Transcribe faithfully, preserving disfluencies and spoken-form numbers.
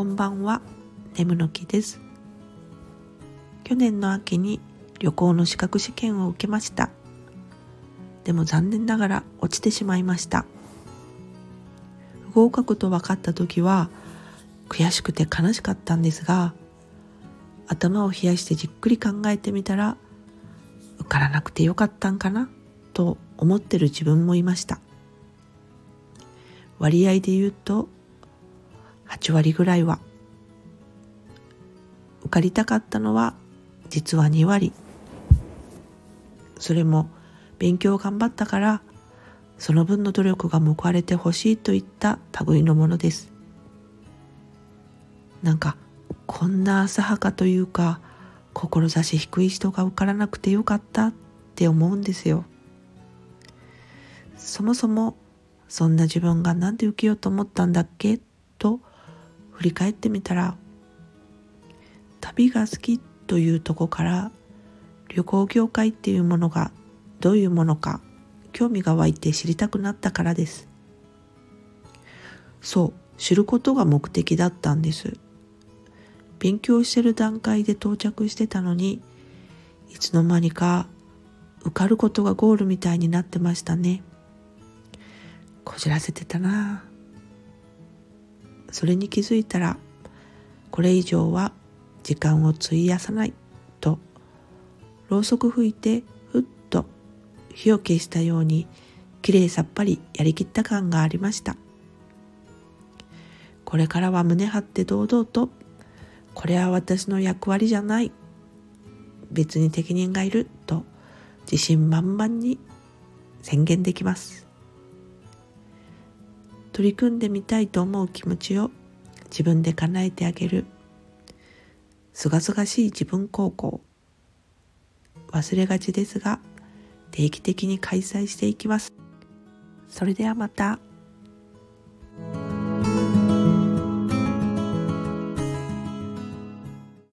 こんばんは、ねむの木です。去年の秋に旅行の資格試験を受けました。でも残念ながら落ちてしまいました。不合格と分かった時は悔しくて悲しかったんですが、頭を冷やしてじっくり考えてみたら、受からなくてよかったんかなと思ってる自分もいました。割合で言うとはちわりぐらいは。受かりたかったのは実はにわり。それも勉強を頑張ったからその分の努力が報われてほしいといった類のものです。なんかこんな浅はかというか志低い人が受からなくてよかったって思うんですよ。そもそもそんな自分がなんで受けようと思ったんだっけと振り返ってみたら、旅が好きというとこから旅行業界っていうものがどういうものか興味が湧いて知りたくなったからです。そう、知ることが目的だったんです。勉強してる段階で到着してたのに、いつの間にか受かることがゴールみたいになってましたね。こじらせてたな。それに気づいたら、これ以上は時間を費やさないと、ろうそく吹いてふっと火を消したようにきれいさっぱりやりきった感がありました。これからは胸張って堂々と、これは私の役割じゃない、別に適任がいると自信満々に宣言できます。取り組んでみたいと思う気持ちを自分で叶えてあげるすがすがしい自分孝行、忘れがちですが定期的に開催していきます。それではまた。